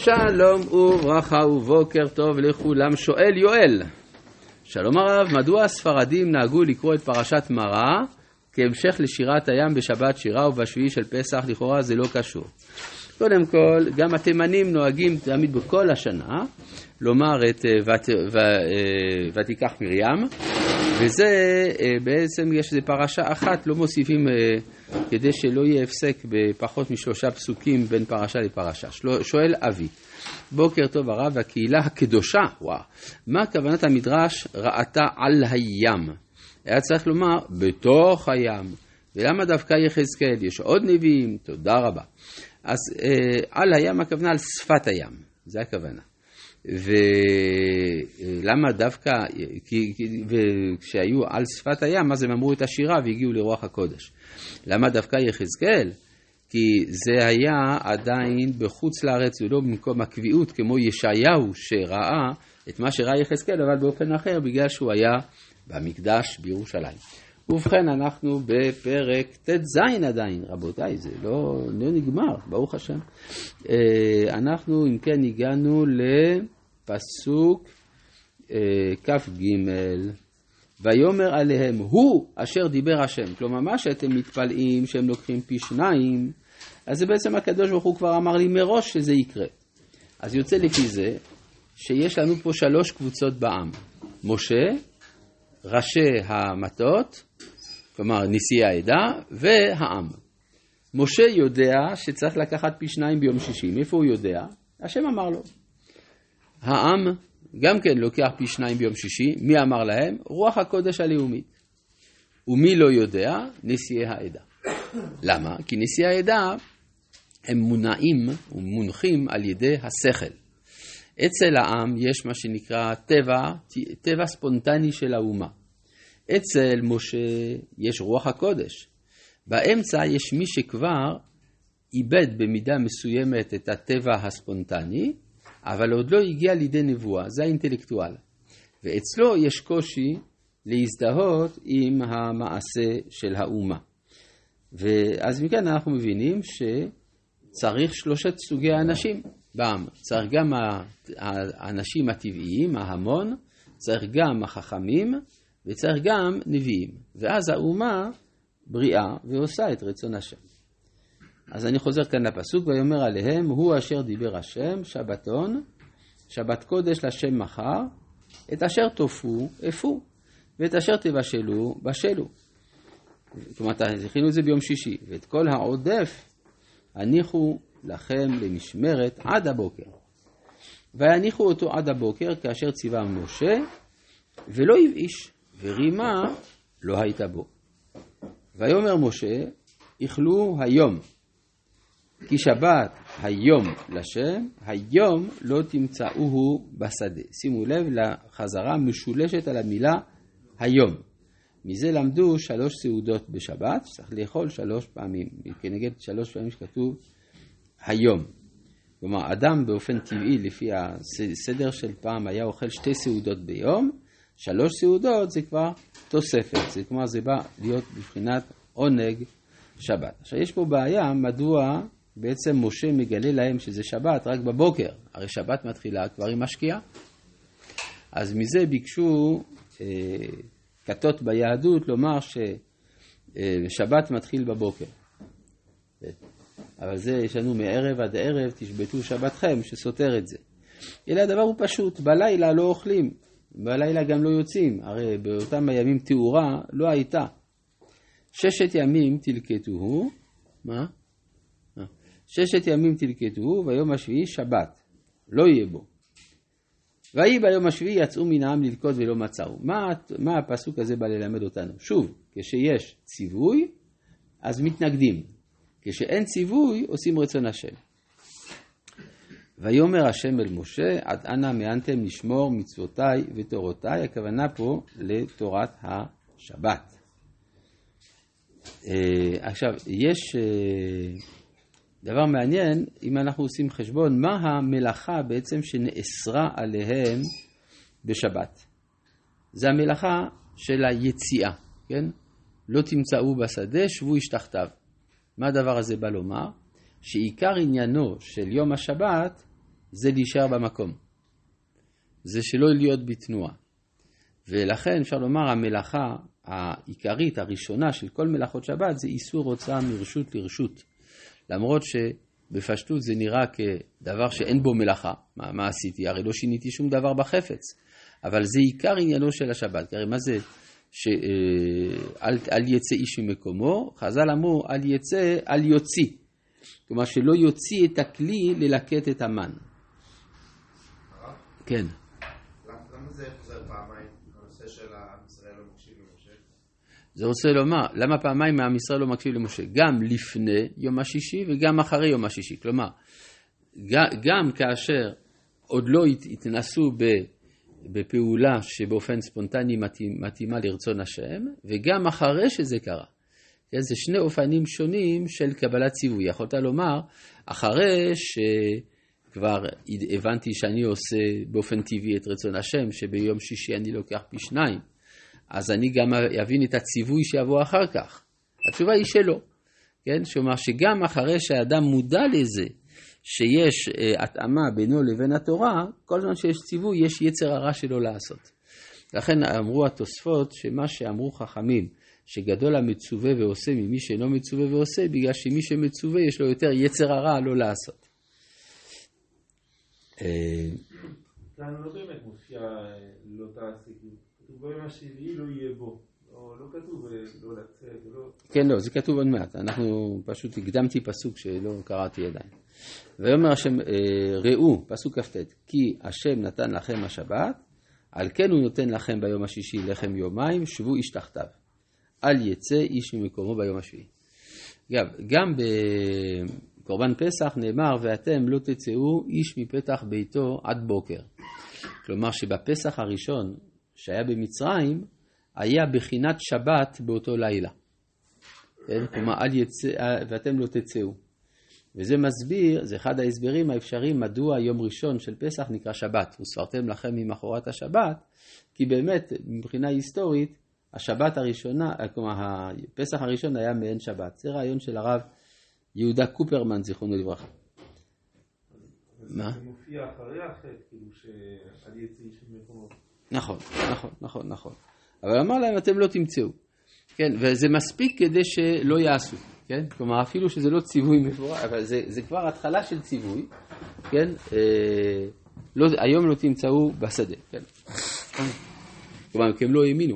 שלום וברכה ובוקר טוב לכולם. שואל יואל, שלום הרב, מדוע הספרדים נהגו לקרוא את פרשת מראה כהמשך לשירת הים בשבת שירה ובשביעי של פסח? לכאורה זה לא קשור. קודם כל, גם התימנים נוהגים תמיד בכל השנה לומר את ותיקח מרים, וזה בעצם יש איזו פרשה אחת, לא מוסיפים כדי שלא יהיה הפסק בפחות משלושה פסוקים בין פרשה לפרשה. שואל אבי, בוקר טוב הרב, הקהילה הקדושה, וואו, מה כוונת המדרש ראתה על הים? היה צריך לומר בתוך הים, ולמה דווקא יחזקאל? יש עוד נביאים, תודה רבה. אז על הים הכוונה על שפת הים, זה הכוונה. ולמה דווקא, וכשהיו על שפת הים, אז הם אמרו את השירה והגיעו לרוח הקודש. למה דווקא יחזקאל? כי זה היה עדיין בחוץ לארץ ולא במקום הקביעות, כמו ישעיהו שראה את מה שראה יחזקאל, אבל באופן אחר, בגלל שהוא היה במקדש בירושלים. ובכן, אנחנו בפרק ט"ז עדיין, רבותיי, זה לא נגמר, ברוך השם. אנחנו, אם כן, הגענו לפסוק כ"ג, ויאמר עליהם, הוא אשר דיבר השם. כלומר, מה שאתם מתפלאים שהם לוקחים פי 2, אז זה בעצם הקדוש ברוך הוא כבר אמר לי מראש שזה יקרה. אז יוצא לפי זה, שיש לנו פה 3 קבוצות בעם. משה, ראשי המטות, כלומר נשיאי העדה, והעם. משה יודע שצריך לקחת פי 2 ביום שישי. מאיפה הוא יודע? השם אמר לו. העם גם כן לוקח פי 2 ביום שישי. מי אמר להם? רוח הקודש הלאומית. ומי לא יודע? נשיאי העדה. למה? כי נשיאי העדה הם מונעים ומונחים על ידי השכל. אצל העם יש מה שנקרא טבע ספונטני של האומה. אצל משה יש רוח הקודש. באמצע יש מי שכבר איבד במידה מסוימת את הטבע הספונטני, אבל עוד לא הגיע לידי נבואה, זה האינטלקטואל. ואצלו יש קושי להזדהות עם המעשה של האומה. ואז מכאן אנחנו מבינים שצריך 3 סוגי אנשים בעם. צריך גם האנשים הטבעיים, ההמון, צריך גם החכמים, וצריך גם נביאים. ואז האומה בריאה ועושה את רצון השם. אז אני חוזר כאן לפסוק, ויאמר עליהם, הוא אשר דיבר השם, שבתון, שבת קודש לשם מחר, את אשר תופו, אפו, ואת אשר תבשלו, בשלו. כלומר, תכינו את זה ביום שישי, ואת כל העודף הניחו לכם למשמרת עד הבוקר. והניחו אותו עד הבוקר כאשר ציווה משה, ולא הבאיש, ורימה לא הייתה בו. ויאמר משה, איכלו היום, כי שבת היום לשם, היום לא תמצאוהו בשדה. שימו לב לחזרה משולשת על המילה היום. מזה למדו 3 סעודות בשבת, צריך לאכול 3 פעמים, כנגד 3 פעמים שכתוב היום. כלומר, אדם באופן טבעי, לפי הסדר של פעם, היה אוכל 2 סעודות ביום, 3 סעודות זה כבר תוספת, זה כלומר זה בא להיות בבחינת עונג שבת. עכשיו יש פה בעיה, מדוע בעצם משה מגלה להם שזה שבת רק בבוקר, הרי שבת מתחילה כבר עם השקיעה. אז מזה ביקשו כתות ביהדות לומר ששבת מתחיל בבוקר. אבל זה יש לנו מערב עד ערב, תשבתו שבתכם, שסותר את זה. אלא הדבר הוא פשוט, בלילה לא אוכלים, בלילה גם לא יוצאים, הרי באותם הימים תאורה לא הייתה. 6 ימים תלקטוהו, מה? 6 ימים תלקטוהו, ויום השביעי שבת, לא יהיה בו. ויהי ביום השביעי יצאו מן העם ללקוט ולא מצאו. מה הפסוק הזה בא ללמד אותנו? שוב, כשיש ציווי, אז מתנגדים. כשאין ציווי, עושים רצון השם. ויאמר השם אל משה, עד אנה מענתם לשמור מצוותיי ותורותיי, הכוונה פה לתורת השבת. עכשיו, יש דבר מעניין, אם אנחנו עושים חשבון, מה המלאכה בעצם שנאסרה עליהם בשבת? זה המלאכה של היציאה, כן? לא תמצאו בשדה, שבו איש תחתיו. מה הדבר הזה בא לומר? שעיקר עניינו של יום השבת זה להישאר במקום. זה שלא להיות בתנועה. ולכן אפשר לומר המלאכה העיקרית, הראשונה של כל מלאכות שבת, זה איסור הוצאה מרשות לרשות. למרות שבפשטות זה נראה כדבר שאין בו מלאכה. מה עשיתי? הרי לא שיניתי שום דבר בחפץ. אבל זה עיקר עניינו של השבת. הרי מה זה אל יצא איש ממקומו? חז"ל אמרו אל יוציא. כלומר שלא יוציא את הכלי ללקט את המן. כן. למה זה חוזר פעמיים? הנושא של עם ישראל לא מקשיב למשה? זה רוצה לומר, למה פעמיים עם ישראל לא מקשיב למשה? גם לפני יום השישי וגם אחרי יום השישי. כלומר, גם כאשר עוד לא התנסו בפעולה שבאופן ספונטני מתאימה לרצון השם, וגם אחרי שזה קרה. זה שני אופנים שונים של קבלת ציווי. יכולת לומר, אחרי שכבר הבנתי שאני עושה באופן טבעי את רצון השם, שביום שישי אני לוקח פי 2, אז אני גם אבין את הציווי שיבוא אחר כך. התשובה היא שלא. כן? שאומר שגם אחרי שהאדם מודע לזה, שיש התאמה בינו לבין התורה, כל זמן שיש ציווי, יש יצר הרע שלא לעשות. לכן אמרו התוספות, שמה שאמרו חכמים, שגדול המצווה ועושה ממי שאינו מצווה ועושה, בגלל שמי שמצווה יש לו יותר יצר הרע לא לעשות. כאן לא באמת מופיע לא תעשי, כתוב ביום השביעי לא יהיה בו. לא כתוב לא לצאת, לא... כן, לא, זה כתוב עוד מעט. אנחנו פשוט הקדמתי פסוק שלא קראתי עדיין. ויאמר השם, ראו, פסוק כ"ט, כי השם נתן לכם השבת, על כן הוא נותן לכם ביום השישי לחם יומיים, שבו איש תחתיו. אל יצא איש ממקומו ביום השביעי. גם בקורבן פסח נאמר, ואתם לא תצאו איש מפתח ביתו עד בוקר. כלומר שבפסח הראשון שהיה במצרים, היה בחינת שבת באותו לילה. כלומר, ואתם לא תצאו. וזה מסביר, זה אחד ההסברים האפשריים, מדוע יום ראשון של פסח נקרא שבת. וספרתם לכם ממחרת השבת, כי באמת, מבחינה היסטורית, השבת הראשונה, כלומר, הפסח הראשון היה מעין שבת. זה רעיון של הרב יהודה קופרמן, זיכרונו לברכה. מה? זה מופיע אחרי החטא, כאילו שעל יצא איש ממקומו. נכון. אבל אמר להם, אתם לא תמצאו. כן, וזה מספיק כדי שלא יעשו. כן? כלומר, אפילו שזה לא ציווי מפורש, אבל זה כבר התחלה של ציווי. כן? היום לא תמצאו בשדה. כן? כלומר, כי הם לא האמינו.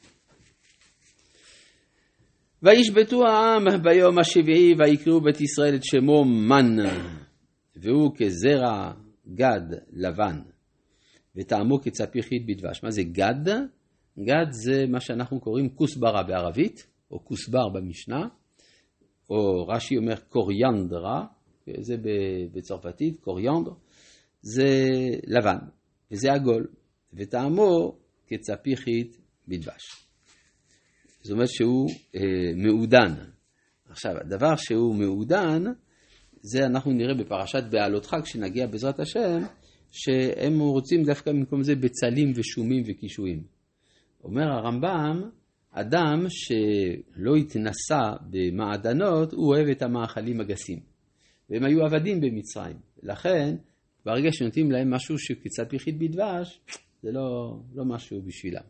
וישבתו העם ביום השביעי, ויקראו בית ישראל את שמו מן, והוא כזרע גד לבן, וטעמו כצפיחית בדבש. מה זה גד? גד זה מה שאנחנו קוראים כוסברה בערבית, או כוסבר במשנה, או רש"י אומר קוריאנדרה, זה בצרפתית, קוריאנדר, זה לבן, וזה עגול, וטעמו כצפיחית בדבש. זאת אומרת שהוא מעודן. עכשיו, הדבר שהוא מעודן, זה אנחנו נראה בפרשת בעלותך, כשנגיע בעזרת השם, שהם רוצים דווקא במקום זה בצלים ושומים וקישואים. אומר הרמב"ם, אדם שלא התנסה במעדנות, הוא אוהב את המאכלים הגסים. והם היו עבדים במצרים. לכן, ברגע שנותנים להם משהו שכצפיחית בדבש, זה לא משהו בשבילם.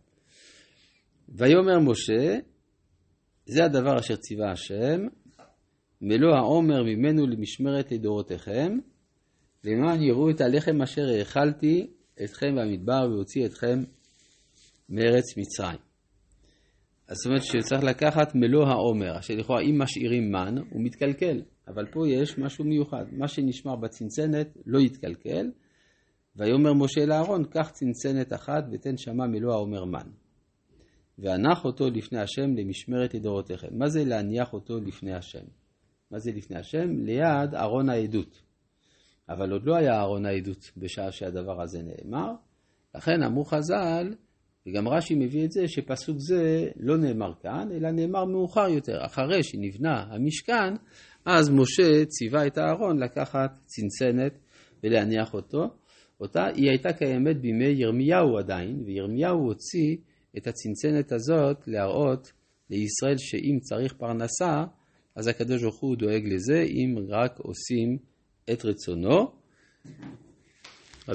ויאמר משה, זה הדבר אשר ציווה השם, מלוא העומר ממנו למשמרת לדורותיכם, למען יראו את הלחם אשר האכלתי אתכם במדבר והוציא אתכם מארץ מצרים. אז זאת אומרת שצריך לקחת מלוא העומר, שלכאורה אם משאירים מן הוא מתקלקל, אבל פה יש משהו מיוחד, מה שנשמר בצנצנת לא יתקלקל, ויאמר משה לאהרון, קח צנצנת אחת ותן שמה מלוא העומר מן. והנח אותו לפני השם למשמרת לדורותיכם. מה זה להניח אותו לפני השם? מה זה לפני השם? ליד ארון העדות. אבל עוד לא היה ארון העדות בשעה שהדבר הזה נאמר. לכן אמרו חז"ל, וגם רש"י מביא את זה, שפסוק זה לא נאמר כאן, אלא נאמר מאוחר יותר. אחרי שנבנה המשכן, אז משה ציווה את הארון לקחת צנצנת ולהניח אותה. היא הייתה קיימת בימי ירמיהו עדיין, וירמיהו הוציא את הצנצנת הזאת להראות לישראל שאם צריך פרנסה, אז הקדוש ברוך הוא דואג לזה, אם רק עושים את רצונו.